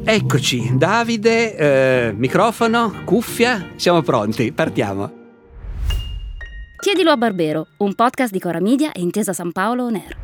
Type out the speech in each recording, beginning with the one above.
Eccoci, Davide, microfono, cuffia, siamo pronti, partiamo. Chiedilo a Barbero, un podcast di Cora Media e Intesa San Paolo On Air.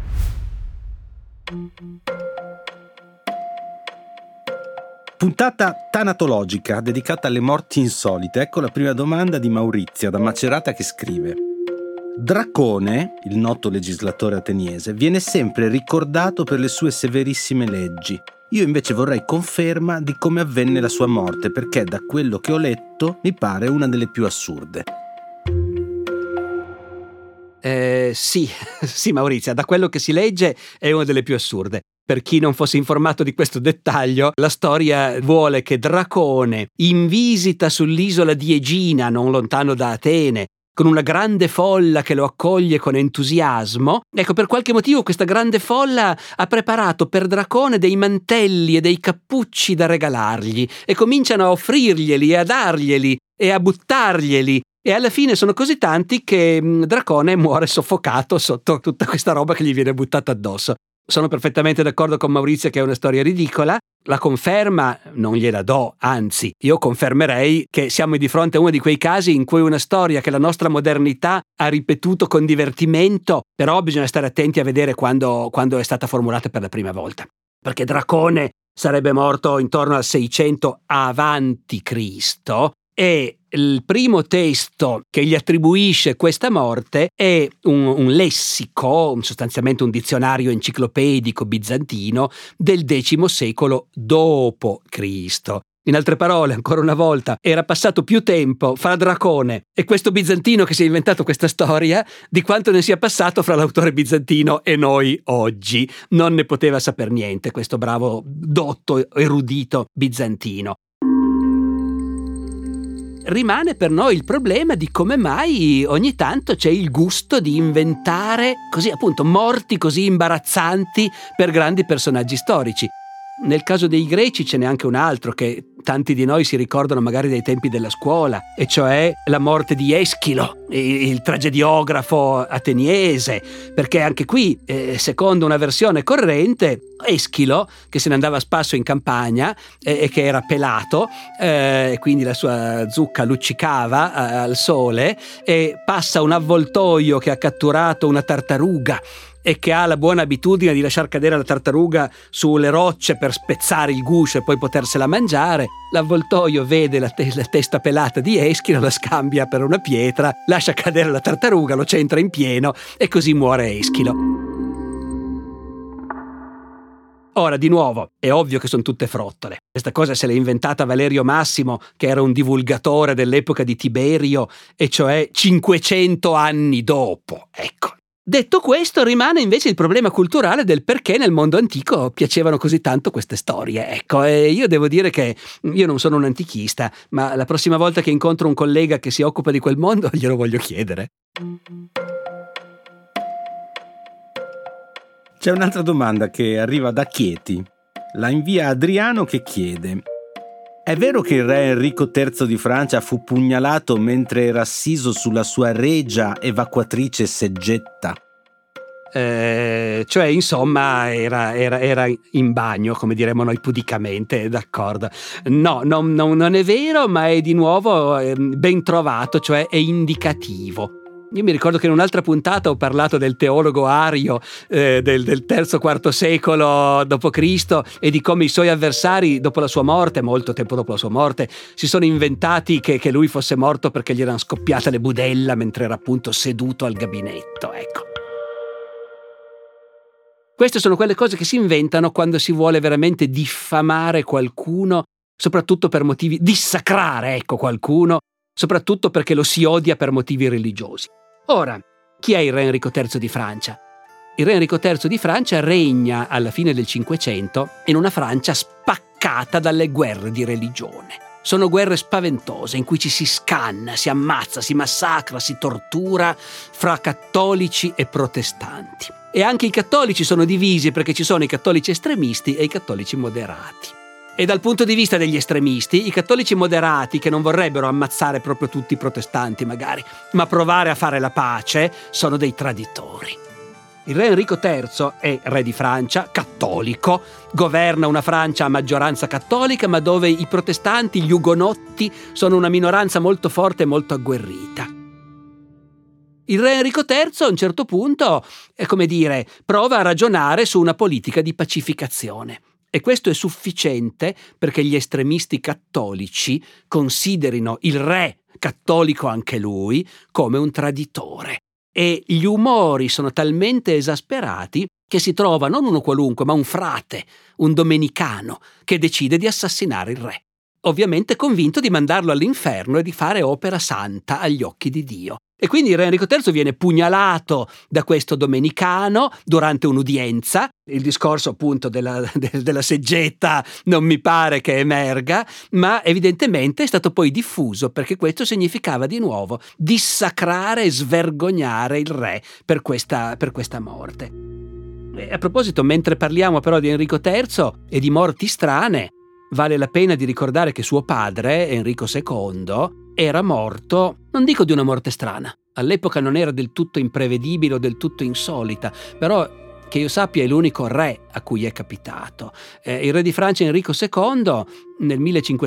Puntata tanatologica dedicata alle morti insolite. Ecco la prima domanda di Maurizia da Macerata che scrive: Dracone, il noto legislatore ateniese, viene sempre ricordato per le sue severissime leggi. Io invece vorrei conferma di come avvenne la sua morte, perché da quello che ho letto mi pare una delle più assurde. Sì, Maurizia, da quello che si legge è una delle più assurde. Per chi non fosse informato di questo dettaglio, la storia vuole che Dracone, in visita sull'isola di Egina, non lontano da Atene, con una grande folla che lo accoglie con entusiasmo, ecco, per qualche motivo questa grande folla ha preparato per Dracone dei mantelli e dei cappucci da regalargli e cominciano a offrirglieli e a darglieli e a buttarglieli. E alla fine sono così tanti che Dracone muore soffocato sotto tutta questa roba che gli viene buttata addosso. Sono perfettamente d'accordo con Maurizio che è una storia ridicola. La conferma non gliela do, anzi, io confermerei che siamo di fronte a uno di quei casi in cui una storia che la nostra modernità ha ripetuto con divertimento, però bisogna stare attenti a vedere quando è stata formulata per la prima volta. Perché Dracone sarebbe morto intorno al 600 avanti Cristo e il primo testo che gli attribuisce questa morte è un lessico, sostanzialmente un dizionario enciclopedico bizantino del X secolo dopo Cristo. In altre parole, ancora una volta, era passato più tempo fra Dracone e questo bizantino che si è inventato questa storia di quanto ne sia passato fra l'autore bizantino e noi oggi. Non ne poteva saper niente questo bravo, dotto, erudito bizantino. Rimane per noi il problema di come mai ogni tanto c'è il gusto di inventare così appunto morti così imbarazzanti per grandi personaggi storici. Nel caso dei greci ce n'è anche un altro che tanti di noi si ricordano magari dai tempi della scuola, e cioè la morte di Eschilo, il tragediografo ateniese, perché anche qui, secondo una versione corrente, Eschilo, che se ne andava a spasso in campagna e che era pelato, quindi la sua zucca luccicava al sole, e passa un avvoltoio che ha catturato una tartaruga e che ha la buona abitudine di lasciar cadere la tartaruga sulle rocce per spezzare il guscio e poi potersela mangiare. L'avvoltoio vede la testa pelata di Eschilo, la scambia per una pietra, lascia cadere la tartaruga, lo centra in pieno e così muore Eschilo. Ora, di nuovo, è ovvio che sono tutte frottole. Questa cosa se l'è inventata Valerio Massimo, che era un divulgatore dell'epoca di Tiberio, e cioè 500 anni dopo, ecco. Detto questo, rimane invece il problema culturale del perché nel mondo antico piacevano così tanto queste storie. Ecco, e io devo dire che io non sono un antichista, ma la prossima volta che incontro un collega che si occupa di quel mondo glielo voglio chiedere. C'è un'altra domanda che arriva da Chieti. La invia Adriano che chiede: è vero che il re Enrico III di Francia fu pugnalato mentre era assiso sulla sua regia evacuatrice seggetta? Cioè, insomma, era in bagno, come diremmo noi pudicamente, d'accordo. No, non è vero, ma è di nuovo ben trovato, cioè è indicativo. Io mi ricordo che in un'altra puntata ho parlato del teologo Ario del III-IV secolo d.C. e di come i suoi avversari, dopo la sua morte, molto tempo dopo la sua morte, si sono inventati che lui fosse morto perché gli erano scoppiate le budella mentre era appunto seduto al gabinetto, ecco. Queste sono quelle cose che si inventano quando si vuole veramente diffamare qualcuno, soprattutto per motivi, dissacrare, ecco, qualcuno, soprattutto perché lo si odia per motivi religiosi. Ora, chi è il re Enrico III di Francia? Il re Enrico III di Francia regna alla fine del Cinquecento in una Francia spaccata dalle guerre di religione. Sono guerre spaventose in cui ci si scanna, si ammazza, si massacra, si tortura fra cattolici e protestanti. E anche i cattolici sono divisi perché ci sono i cattolici estremisti e i cattolici moderati. E dal punto di vista degli estremisti, i cattolici moderati, che non vorrebbero ammazzare proprio tutti i protestanti magari, ma provare a fare la pace, sono dei traditori. Il re Enrico III è re di Francia, cattolico, governa una Francia a maggioranza cattolica, ma dove i protestanti, gli ugonotti, sono una minoranza molto forte e molto agguerrita. Il re Enrico III a un certo punto, prova a ragionare su una politica di pacificazione. E questo è sufficiente perché gli estremisti cattolici considerino il re, cattolico anche lui, come un traditore. E gli umori sono talmente esasperati che si trova non uno qualunque, ma un frate, un domenicano, che decide di assassinare il re. Ovviamente convinto di mandarlo all'inferno e di fare opera santa agli occhi di Dio. E quindi il re Enrico III viene pugnalato da questo domenicano durante un'udienza. Il discorso appunto della seggetta non mi pare che emerga, ma evidentemente è stato poi diffuso perché questo significava di nuovo dissacrare e svergognare il re per questa morte. E a proposito, mentre parliamo però di Enrico III e di morti strane, vale la pena di ricordare che suo padre, Enrico II, era morto, non dico di una morte strana, all'epoca non era del tutto imprevedibile o del tutto insolita, però che io sappia è l'unico re a cui è capitato. Il re di Francia Enrico II nel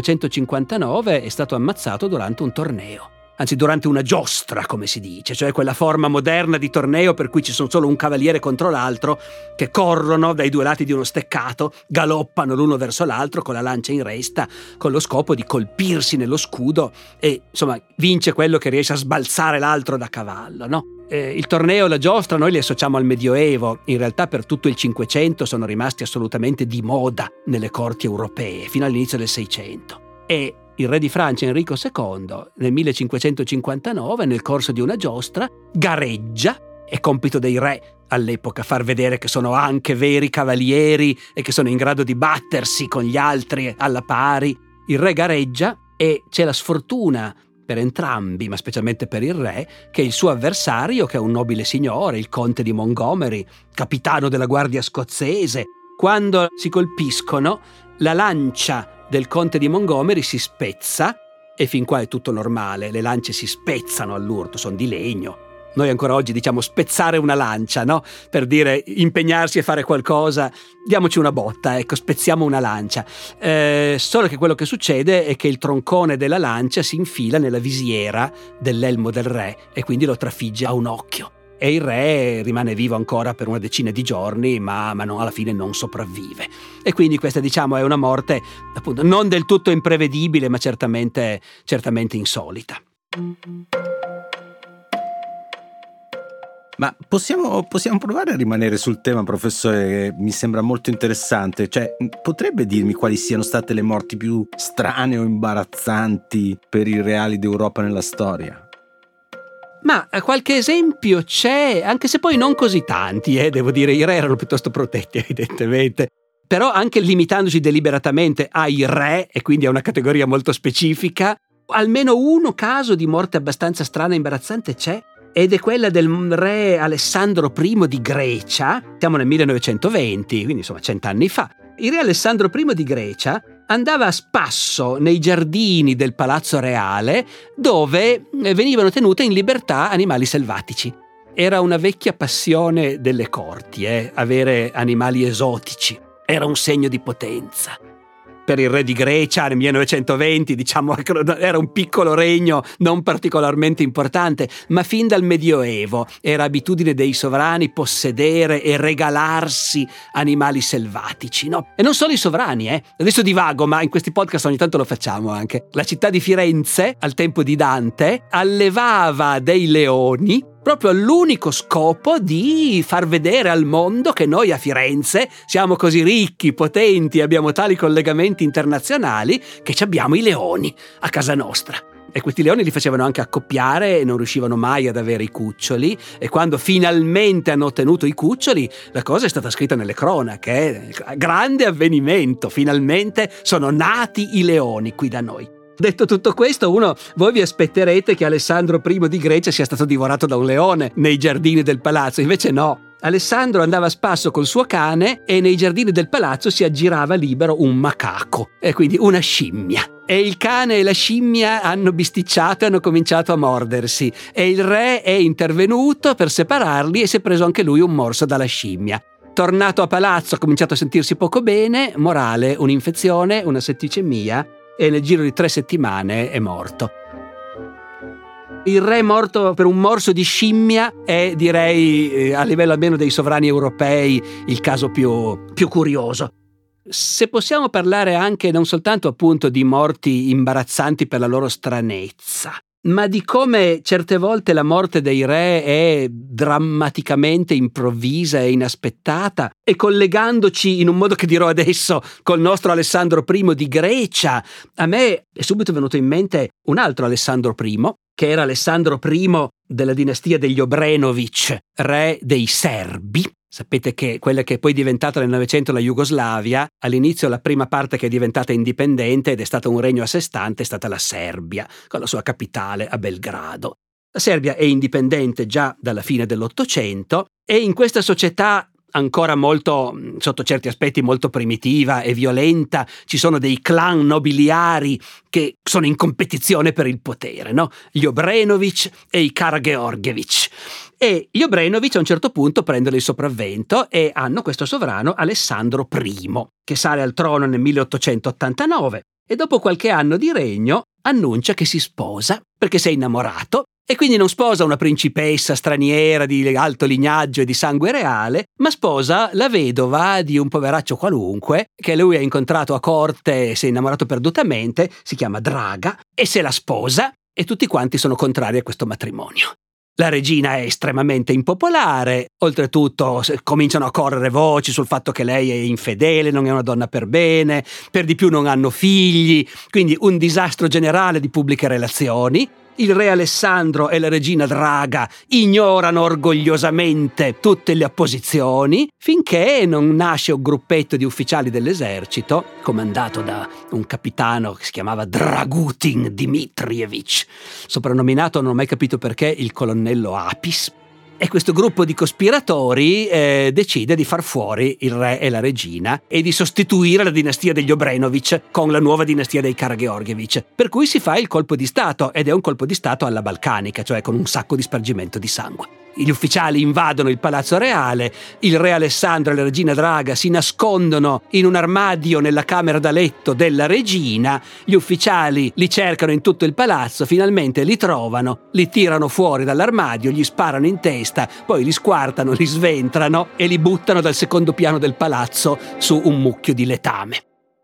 1559 è stato ammazzato durante un torneo. Anzi, durante una giostra, come si dice, cioè quella forma moderna di torneo per cui ci sono solo un cavaliere contro l'altro che corrono dai due lati di uno steccato, galoppano l'uno verso l'altro con la lancia in resta, con lo scopo di colpirsi nello scudo e, insomma, vince quello che riesce a sbalzare l'altro da cavallo, no? Il torneo e la giostra noi li associamo al Medioevo, in realtà per tutto il Cinquecento sono rimasti assolutamente di moda nelle corti europee, fino all'inizio del Seicento. E il re di Francia Enrico II nel 1559 nel corso di una giostra gareggia, è compito dei re all'epoca far vedere che sono anche veri cavalieri e che sono in grado di battersi con gli altri alla pari. Il re gareggia e c'è la sfortuna per entrambi, ma specialmente per il re, che il suo avversario, che è un nobile signore, il conte di Montgomery, capitano della guardia scozzese, quando si colpiscono la lancia del conte di Montgomery si spezza e fin qua è tutto normale, le lance si spezzano all'urto, sono di legno. Noi ancora oggi diciamo spezzare una lancia, no? Per dire impegnarsi a fare qualcosa, diamoci una botta, ecco, spezziamo una lancia. Solo che quello che succede è che il troncone della lancia si infila nella visiera dell'elmo del re e quindi lo trafigge a un occhio. E il re rimane vivo ancora per una decina di giorni, ma alla fine non sopravvive. E quindi questa, diciamo, è una morte appunto non del tutto imprevedibile, ma certamente insolita. Ma possiamo provare a rimanere sul tema, professore, che mi sembra molto interessante. Cioè, potrebbe dirmi quali siano state le morti più strane o imbarazzanti per i reali d'Europa nella storia? Ma qualche esempio c'è, anche se poi non così tanti, devo dire, i re erano piuttosto protetti evidentemente, però anche limitandosi deliberatamente ai re, e quindi a una categoria molto specifica, almeno uno caso di morte abbastanza strana e imbarazzante c'è, ed è quella del re Alessandro I di Grecia, siamo nel 1920, quindi insomma 100 anni fa. Il re Alessandro I di Grecia andava a spasso nei giardini del Palazzo Reale dove venivano tenute in libertà animali selvatici. Era una vecchia passione delle corti, avere animali esotici. Era un segno di potenza. Per il re di Grecia nel 1920, diciamo, era un piccolo regno non particolarmente importante, ma fin dal Medioevo era abitudine dei sovrani possedere e regalarsi animali selvatici, no? E non solo i sovrani, Adesso divago, ma in questi podcast ogni tanto lo facciamo anche. La città di Firenze, al tempo di Dante, allevava dei leoni proprio all'unico scopo di far vedere al mondo che noi a Firenze siamo così ricchi, potenti, abbiamo tali collegamenti internazionali che abbiamo i leoni a casa nostra. E questi leoni li facevano anche accoppiare e non riuscivano mai ad avere i cuccioli, e quando finalmente hanno ottenuto i cuccioli la cosa è stata scritta nelle cronache, grande avvenimento, finalmente sono nati i leoni qui da noi. Detto tutto questo, voi vi aspetterete che Alessandro I di Grecia sia stato divorato da un leone nei giardini del palazzo, invece no. Alessandro andava a spasso col suo cane e nei giardini del palazzo si aggirava libero un macaco, e quindi una scimmia. E il cane e la scimmia hanno bisticciato e hanno cominciato a mordersi. E il re è intervenuto per separarli e si è preso anche lui un morso dalla scimmia. Tornato a palazzo ha cominciato a sentirsi poco bene, morale, un'infezione, una setticemia, e nel giro di 3 settimane è morto. Il re morto per un morso di scimmia è, direi, a livello almeno dei sovrani europei, il caso più curioso. Se possiamo parlare anche non soltanto appunto di morti imbarazzanti per la loro stranezza, ma di come certe volte la morte dei re è drammaticamente improvvisa e inaspettata, e collegandoci in un modo che dirò adesso col nostro Alessandro I di Grecia, a me è subito venuto in mente un altro Alessandro I, che era Alessandro I della dinastia degli Obrenović, re dei Serbi. Sapete che quella che è poi diventata nel Novecento la Jugoslavia, all'inizio la prima parte che è diventata indipendente ed è stato un regno a sé stante è stata la Serbia, con la sua capitale a Belgrado. La Serbia è indipendente già dalla fine dell'Ottocento e in questa società ancora molto, sotto certi aspetti, molto primitiva e violenta, ci sono dei clan nobiliari che sono in competizione per il potere, no? Gli Obrenović e i Karageorgievich. E gli Obrenović a un certo punto prendono il sopravvento e hanno questo sovrano Alessandro I, che sale al trono nel 1889 e dopo qualche anno di regno annuncia che si sposa perché si è innamorato, e quindi non sposa una principessa straniera di alto lignaggio e di sangue reale, ma sposa la vedova di un poveraccio qualunque che lui ha incontrato a corte e si è innamorato perdutamente, si chiama Draga, e se la sposa, e tutti quanti sono contrari a questo matrimonio. La regina è estremamente impopolare, oltretutto cominciano a correre voci sul fatto che lei è infedele, non è una donna per bene, per di più non hanno figli, quindi un disastro generale di pubbliche relazioni. Il re Alessandro e la regina Draga ignorano orgogliosamente tutte le opposizioni finché non nasce un gruppetto di ufficiali dell'esercito comandato da un capitano che si chiamava Dragutin Dmitrievich, soprannominato, non ho mai capito perché, il colonnello Apis. E questo gruppo di cospiratori decide di far fuori il re e la regina e di sostituire la dinastia degli Obrenović con la nuova dinastia dei Karageorgievich. Per cui si fa il colpo di Stato, ed è un colpo di Stato alla balcanica, cioè con un sacco di spargimento di sangue. Gli ufficiali invadono il palazzo reale, il re Alessandro e la regina Draga si nascondono in un armadio nella camera da letto della regina, gli ufficiali li cercano in tutto il palazzo, finalmente li trovano, li tirano fuori dall'armadio, gli sparano in testa, poi li squartano, li sventrano e li buttano dal secondo piano del palazzo su un mucchio di letame.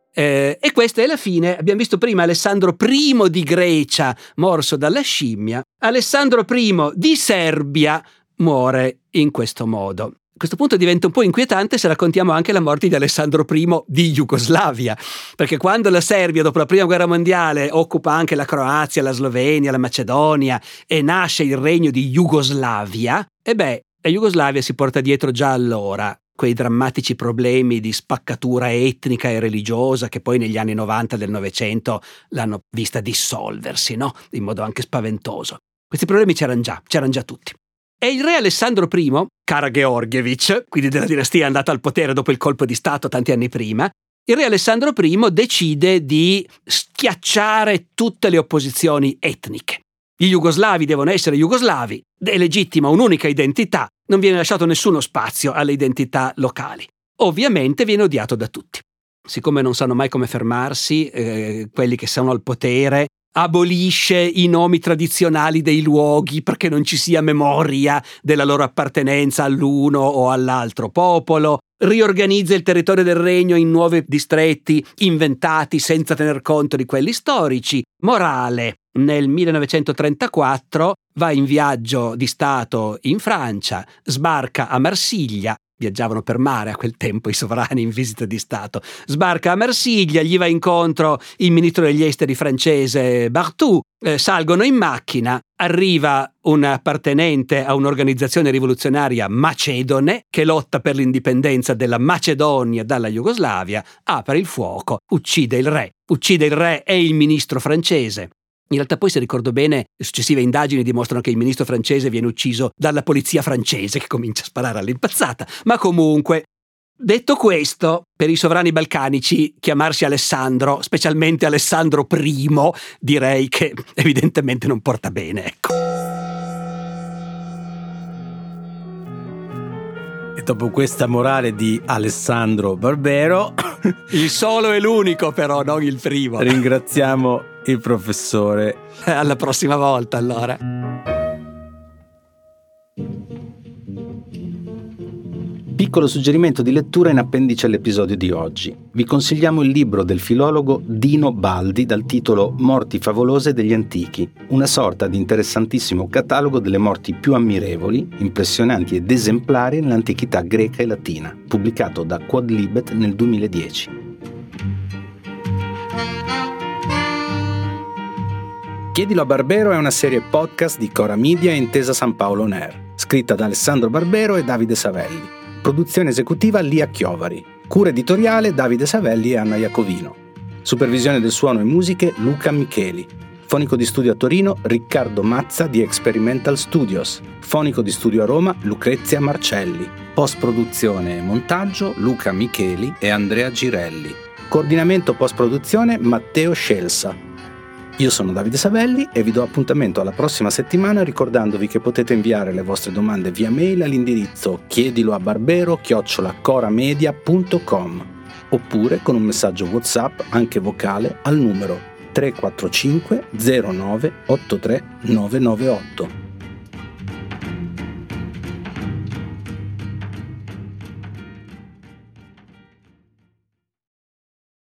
E questa è la fine. Abbiamo visto prima Alessandro I di Grecia morso dalla scimmia, Alessandro I di Serbia muore in questo modo. A questo punto diventa un po' inquietante se raccontiamo anche la morte di Alessandro I di Jugoslavia, perché quando la Serbia dopo la prima guerra mondiale occupa anche la Croazia, la Slovenia, la Macedonia e nasce il regno di Jugoslavia, la Jugoslavia si porta dietro già allora quei drammatici problemi di spaccatura etnica e religiosa che poi negli anni 90 del Novecento l'hanno vista dissolversi, no? In modo anche spaventoso. Questi problemi c'erano già tutti. E il re Alessandro I, Karageorgievich, quindi della dinastia andata al potere dopo il colpo di Stato tanti anni prima, il re Alessandro I decide di schiacciare tutte le opposizioni etniche. Gli jugoslavi devono essere jugoslavi, è legittima un'unica identità, non viene lasciato nessuno spazio alle identità locali. Ovviamente viene odiato da tutti. Siccome non sanno mai come fermarsi, quelli che sono al potere, abolisce i nomi tradizionali dei luoghi perché non ci sia memoria della loro appartenenza all'uno o all'altro popolo, riorganizza il territorio del regno in nuovi distretti inventati senza tener conto di quelli storici. Morale: nel 1934 va in viaggio di Stato in Francia, sbarca a Marsiglia. Viaggiavano per mare a quel tempo i sovrani in visita di Stato. Sbarca a Marsiglia, gli va incontro il ministro degli esteri francese Barthoud, salgono in macchina, arriva un appartenente a un'organizzazione rivoluzionaria macedone che lotta per l'indipendenza della Macedonia dalla Jugoslavia, apre il fuoco, uccide il re e il ministro francese. In realtà poi, se ricordo bene, le successive indagini dimostrano che il ministro francese viene ucciso dalla polizia francese, che comincia a sparare all'impazzata. Ma comunque, detto questo, per i sovrani balcanici chiamarsi Alessandro, specialmente Alessandro I, direi che evidentemente non porta bene, ecco. E dopo questa morale di Alessandro Barbero, il solo e l'unico però, non il primo. ringraziamo il professore. Alla prossima volta, allora. Piccolo suggerimento di lettura in appendice all'episodio di oggi. Vi consigliamo il libro del filologo Dino Baldi dal titolo Morti favolose degli antichi, una sorta di interessantissimo catalogo delle morti più ammirevoli, impressionanti ed esemplari nell'antichità greca e latina, pubblicato da Quadlibet nel 2010. Chiedilo a Barbero è una serie podcast di Cora Media e Intesa San Paolo On Air, scritta da Alessandro Barbero e Davide Savelli. Produzione esecutiva Lia Chiovari. Cura editoriale Davide Savelli e Anna Iacovino. Supervisione del suono e musiche Luca Micheli. Fonico di studio a Torino Riccardo Mazza di Experimental Studios. Fonico di studio a Roma Lucrezia Marcelli. Post-produzione e montaggio Luca Micheli e Andrea Girelli. Coordinamento post-produzione Matteo Scelsa. Io sono Davide Savelli e vi do appuntamento alla prossima settimana ricordandovi che potete inviare le vostre domande via mail all'indirizzo chiediloabarbero@coramedia.com oppure con un messaggio WhatsApp anche vocale al numero 345 09 83 998.